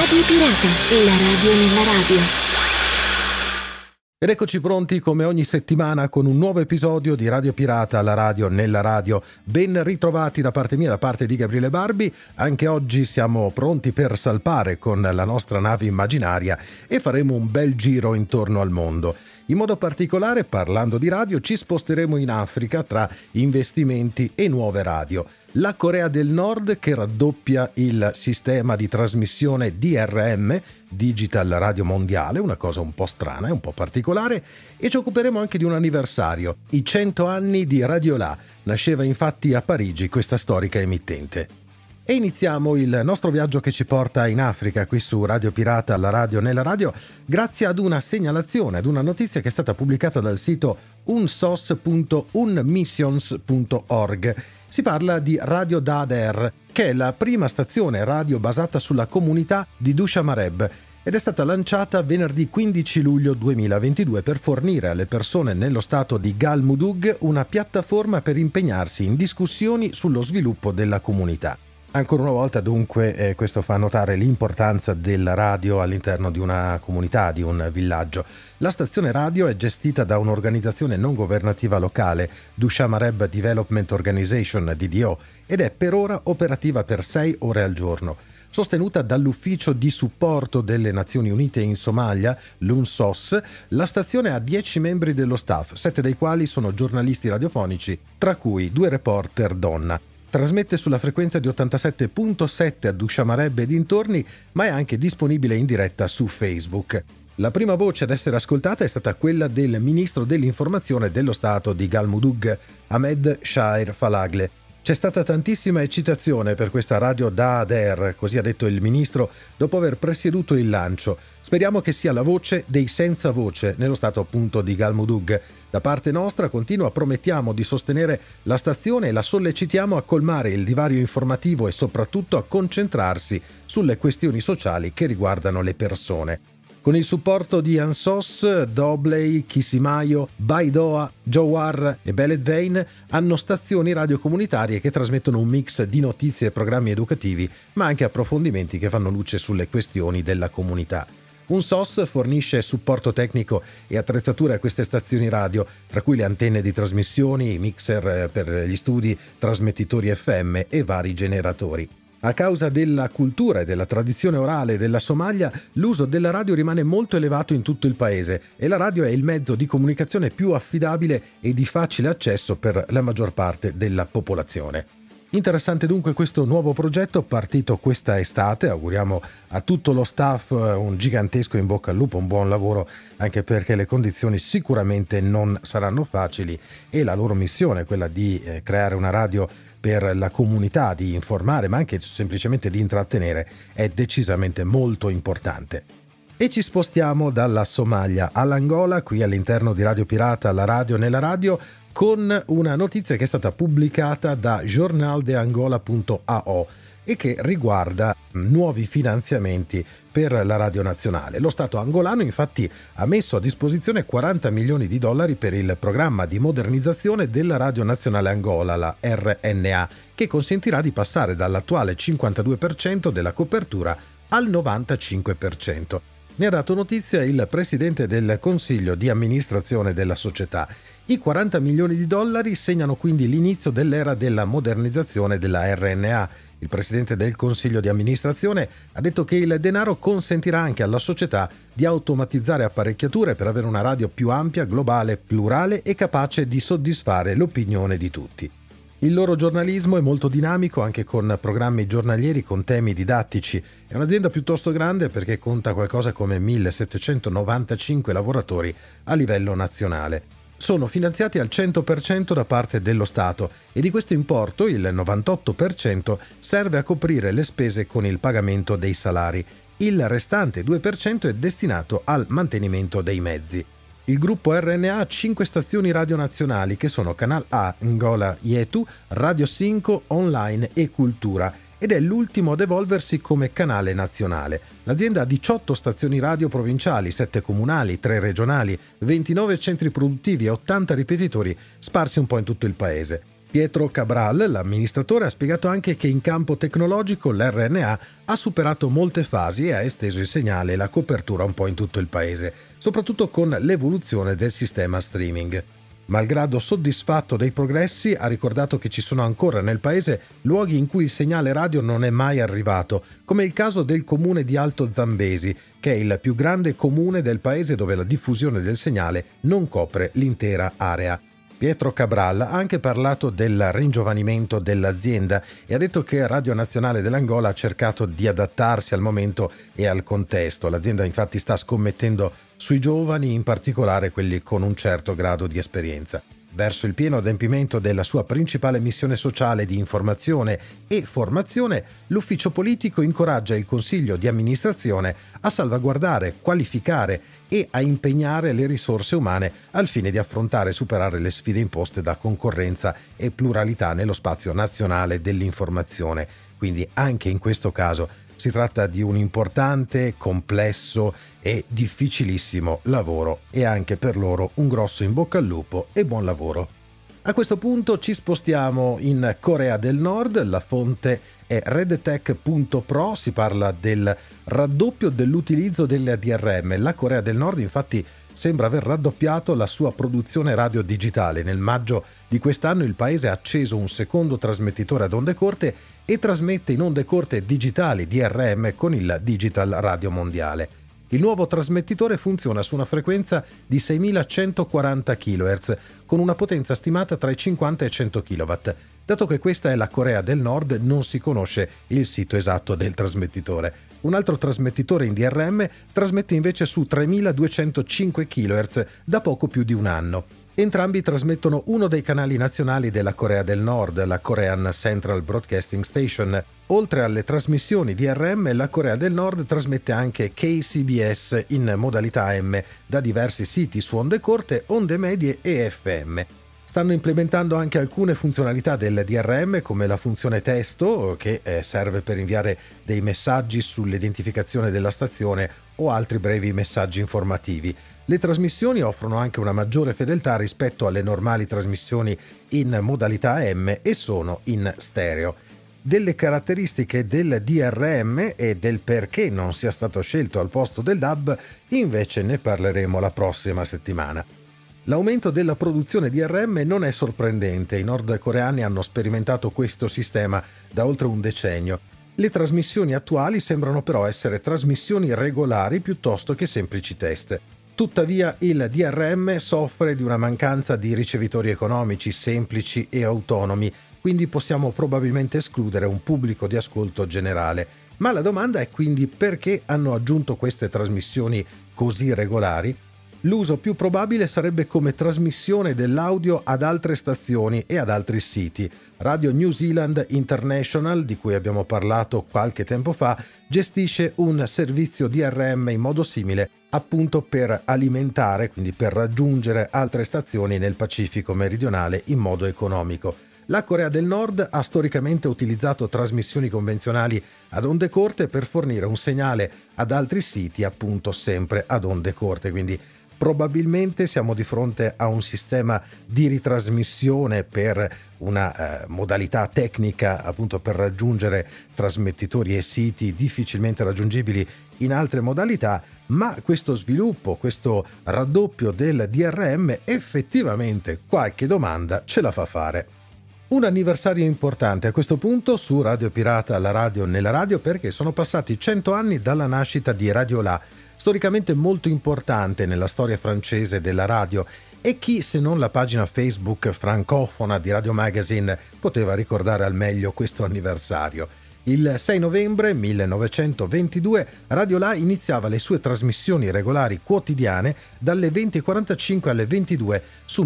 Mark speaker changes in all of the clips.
Speaker 1: Radio Pirata, la radio nella radio.
Speaker 2: Ed eccoci pronti come ogni settimana con un nuovo episodio di Radio Pirata, la radio nella radio. Ben ritrovati da parte mia, da parte di Gabriele Barbi. Anche oggi siamo pronti per salpare con la nostra nave immaginaria e faremo un bel giro intorno al mondo. In modo particolare, parlando di radio, ci sposteremo in Africa tra investimenti e nuove radio. La Corea del Nord che raddoppia il sistema di trasmissione DRM, Digital Radio Mondiale, una cosa un po' strana e un po' particolare, e ci occuperemo anche di un anniversario, i 100 anni di Radiolà. Nasceva infatti a Parigi questa storica emittente. E iniziamo il nostro viaggio che ci porta in Africa, qui su Radio Pirata, la radio nella radio, grazie ad una segnalazione, ad una notizia che è stata pubblicata dal sito unsos.unmissions.org. Si parla di Radio Dader, che è la prima stazione radio basata sulla comunità di Dushamareb ed è stata lanciata venerdì 15 luglio 2022 per fornire alle persone nello stato di Galmudug una piattaforma per impegnarsi in discussioni sullo sviluppo della comunità. Ancora una volta dunque questo fa notare l'importanza della radio all'interno di una comunità, di un villaggio. La stazione radio è gestita da un'organizzazione non governativa locale, Dushamareb Development Organization DDO, ed è per ora operativa per 6 ore al giorno. Sostenuta dall'Ufficio di supporto delle Nazioni Unite in Somalia, l'UNSOS, la stazione ha 10 membri dello staff, 7 dei quali sono giornalisti radiofonici, tra cui 2 reporter donna. Trasmette sulla frequenza di 87.7 a Dushamareb e dintorni, ma è anche disponibile in diretta su Facebook. La prima voce ad essere ascoltata è stata quella del ministro dell'informazione dello stato di Galmudug, Ahmed Shair Falagle. C'è stata tantissima eccitazione per questa radio Dader, così ha detto il ministro, dopo aver presieduto il lancio. Speriamo che sia la voce dei senza voce nello stato appunto di Galmudug. Da parte nostra, continua, promettiamo di sostenere la stazione e la sollecitiamo a colmare il divario informativo e soprattutto a concentrarsi sulle questioni sociali che riguardano le persone. Con il supporto di Ansos, Dobley, Kisimayo, Baidoa, Jowar e Beledweyne hanno stazioni radiocomunitarie che trasmettono un mix di notizie e programmi educativi, ma anche approfondimenti che fanno luce sulle questioni della comunità. Unsos fornisce supporto tecnico e attrezzature a queste stazioni radio, tra cui le antenne di trasmissioni, i mixer per gli studi, trasmettitori FM e vari generatori. A causa della cultura e della tradizione orale della Somalia, l'uso della radio rimane molto elevato in tutto il paese e la radio è il mezzo di comunicazione più affidabile e di facile accesso per la maggior parte della popolazione. Interessante dunque questo nuovo progetto partito questa estate. Auguriamo a tutto lo staff un gigantesco in bocca al lupo, un buon lavoro, anche perché le condizioni sicuramente non saranno facili e la loro missione, quella di creare una radio per la comunità, di informare ma anche semplicemente di intrattenere, è decisamente molto importante. E ci spostiamo dalla Somalia all'Angola, qui all'interno di Radio Pirata, la radio nella radio, con una notizia che è stata pubblicata da jornaldeangola.ao e che riguarda nuovi finanziamenti per la radio nazionale. Lo Stato angolano infatti ha messo a disposizione 40 milioni di dollari per il programma di modernizzazione della Radio Nazionale Angola, la RNA, che consentirà di passare dall'attuale 52% della copertura al 95%. Ne ha dato notizia il presidente del consiglio di amministrazione della società. I 40 milioni di dollari segnano quindi l'inizio dell'era della modernizzazione della RNA. Il presidente del consiglio di amministrazione ha detto che il denaro consentirà anche alla società di automatizzare apparecchiature per avere una radio più ampia, globale, plurale e capace di soddisfare l'opinione di tutti. Il loro giornalismo è molto dinamico, anche con programmi giornalieri con temi didattici. È un'azienda piuttosto grande perché conta qualcosa come 1795 lavoratori a livello nazionale. Sono finanziati al 100% da parte dello Stato e di questo importo il 98% serve a coprire le spese con il pagamento dei salari. Il restante 2% è destinato al mantenimento dei mezzi. Il gruppo RNA ha 5 stazioni radio nazionali che sono Canal A, Ngola Yetu, Radio 5, Online e Cultura ed è l'ultimo ad evolversi come canale nazionale. L'azienda ha 18 stazioni radio provinciali, 7 comunali, 3 regionali, 29 centri produttivi e 80 ripetitori sparsi un po' in tutto il paese. Pietro Cabral, l'amministratore, ha spiegato anche che in campo tecnologico l'RNA ha superato molte fasi e ha esteso il segnale e la copertura un po' in tutto il paese, soprattutto con l'evoluzione del sistema streaming. Malgrado soddisfatto dei progressi, ha ricordato che ci sono ancora nel paese luoghi in cui il segnale radio non è mai arrivato, come il caso del comune di Alto Zambesi, che è il più grande comune del paese dove la diffusione del segnale non copre l'intera area. Pietro Cabral ha anche parlato del ringiovanimento dell'azienda e ha detto che Radio Nazionale dell'Angola ha cercato di adattarsi al momento e al contesto. L'azienda infatti sta scommettendo sui giovani, in particolare quelli con un certo grado di esperienza. Verso il pieno adempimento della sua principale missione sociale di informazione e formazione, l'ufficio politico incoraggia il Consiglio di amministrazione a salvaguardare, qualificare e a impegnare le risorse umane al fine di affrontare e superare le sfide imposte da concorrenza e pluralità nello spazio nazionale dell'informazione. Quindi anche in questo caso si tratta di un importante, complesso e difficilissimo lavoro e anche per loro un grosso in bocca al lupo e buon lavoro. A questo punto ci spostiamo in Corea del Nord, la fonte è redtech.pro, si parla del raddoppio dell'utilizzo delle DRM. La Corea del Nord infatti sembra aver raddoppiato la sua produzione radio digitale. Nel maggio di quest'anno il paese ha acceso un secondo trasmettitore ad onde corte e trasmette in onde corte digitali DRM con il Digital Radio Mondiale. Il nuovo trasmettitore funziona su una frequenza di 6140 kHz con una potenza stimata tra i 50 e i 100 kW. Dato che questa è la Corea del Nord, non si conosce il sito esatto del trasmettitore. Un altro trasmettitore in DRM trasmette invece su 3205 kHz da poco più di un anno. Entrambi trasmettono uno dei canali nazionali della Corea del Nord, la Korean Central Broadcasting Station. Oltre alle trasmissioni DRM, la Corea del Nord trasmette anche KCBS in modalità AM da diversi siti su onde corte, onde medie e FM. Stanno implementando anche alcune funzionalità del DRM come la funzione testo che serve per inviare dei messaggi sull'identificazione della stazione o altri brevi messaggi informativi. Le trasmissioni offrono anche una maggiore fedeltà rispetto alle normali trasmissioni in modalità AM e sono in stereo. Delle caratteristiche del DRM e del perché non sia stato scelto al posto del DAB invece ne parleremo la prossima settimana. L'aumento della produzione DRM non è sorprendente, i nordcoreani hanno sperimentato questo sistema da oltre un decennio. Le trasmissioni attuali sembrano però essere trasmissioni regolari piuttosto che semplici test. Tuttavia il DRM soffre di una mancanza di ricevitori economici, semplici e autonomi, quindi possiamo probabilmente escludere un pubblico di ascolto generale. Ma la domanda è quindi perché hanno aggiunto queste trasmissioni così regolari? L'uso più probabile sarebbe come trasmissione dell'audio ad altre stazioni e ad altri siti. Radio New Zealand International, di cui abbiamo parlato qualche tempo fa, gestisce un servizio DRM in modo simile, appunto per alimentare, quindi per raggiungere altre stazioni nel Pacifico meridionale in modo economico. La Corea del Nord ha storicamente utilizzato trasmissioni convenzionali ad onde corte per fornire un segnale ad altri siti, appunto sempre ad onde corte, quindi probabilmente siamo di fronte a un sistema di ritrasmissione per una modalità tecnica, appunto per raggiungere trasmettitori e siti difficilmente raggiungibili in altre modalità, ma questo sviluppo, questo raddoppio del DRM effettivamente qualche domanda ce la fa fare. Un anniversario importante a questo punto su Radio Pirata, la radio nella radio, perché sono passati 100 anni dalla nascita di Radio La, storicamente molto importante nella storia francese della radio, e chi se non la pagina Facebook francofona di Radio Magazine poteva ricordare al meglio questo anniversario. Il 6 novembre 1922 Radio La iniziava le sue trasmissioni regolari quotidiane dalle 20.45 alle 22 su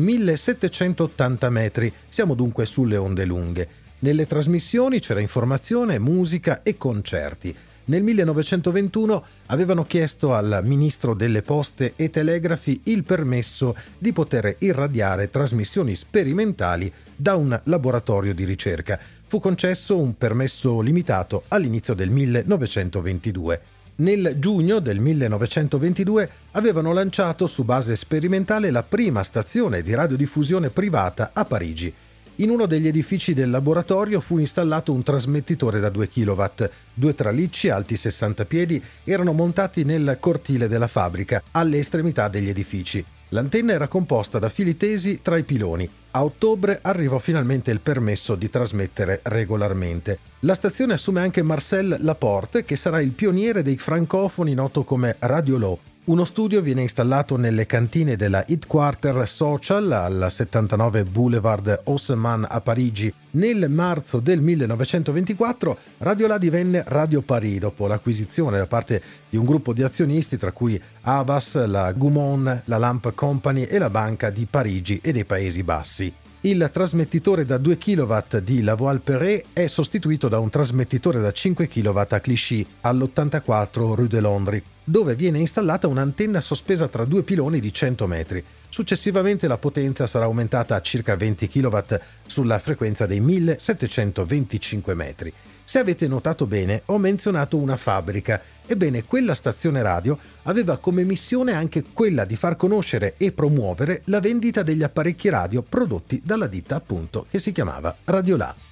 Speaker 2: 1780 metri, siamo dunque sulle onde lunghe. Nelle trasmissioni c'era informazione, musica e concerti. Nel 1921 avevano chiesto al ministro delle Poste e Telegrafi il permesso di poter irradiare trasmissioni sperimentali da un laboratorio di ricerca. Fu concesso un permesso limitato all'inizio del 1922. Nel giugno del 1922 avevano lanciato su base sperimentale la prima stazione di radiodiffusione privata a Parigi. In uno degli edifici del laboratorio fu installato un trasmettitore da 2 kW. 2 tralicci alti 60 piedi erano montati nel cortile della fabbrica, alle estremità degli edifici. L'antenna era composta da fili tesi tra i piloni. A ottobre arrivò finalmente il permesso di trasmettere regolarmente. La stazione assume anche Marcel Laporte, che sarà il pioniere dei francofoni noto come Radio Law. Uno studio viene installato nelle cantine della Headquarter Social al 79 Boulevard Haussmann a Parigi. Nel marzo del 1924 Radiola divenne Radio Paris dopo l'acquisizione da parte di un gruppo di azionisti tra cui Havas, la Gaumont, la Lamp Company e la Banca di Parigi e dei Paesi Bassi. Il trasmettitore da 2 kW di Lavoie-Perret è sostituito da un trasmettitore da 5 kW a Clichy, all'84 Rue de Londres, dove viene installata un'antenna sospesa tra 2 piloni di 100 metri. Successivamente la potenza sarà aumentata a circa 20 kW sulla frequenza dei 1725 metri. Se avete notato bene, ho menzionato una fabbrica. Ebbene, quella stazione radio aveva come missione anche quella di far conoscere e promuovere la vendita degli apparecchi radio prodotti dalla ditta appunto che si chiamava Radiola.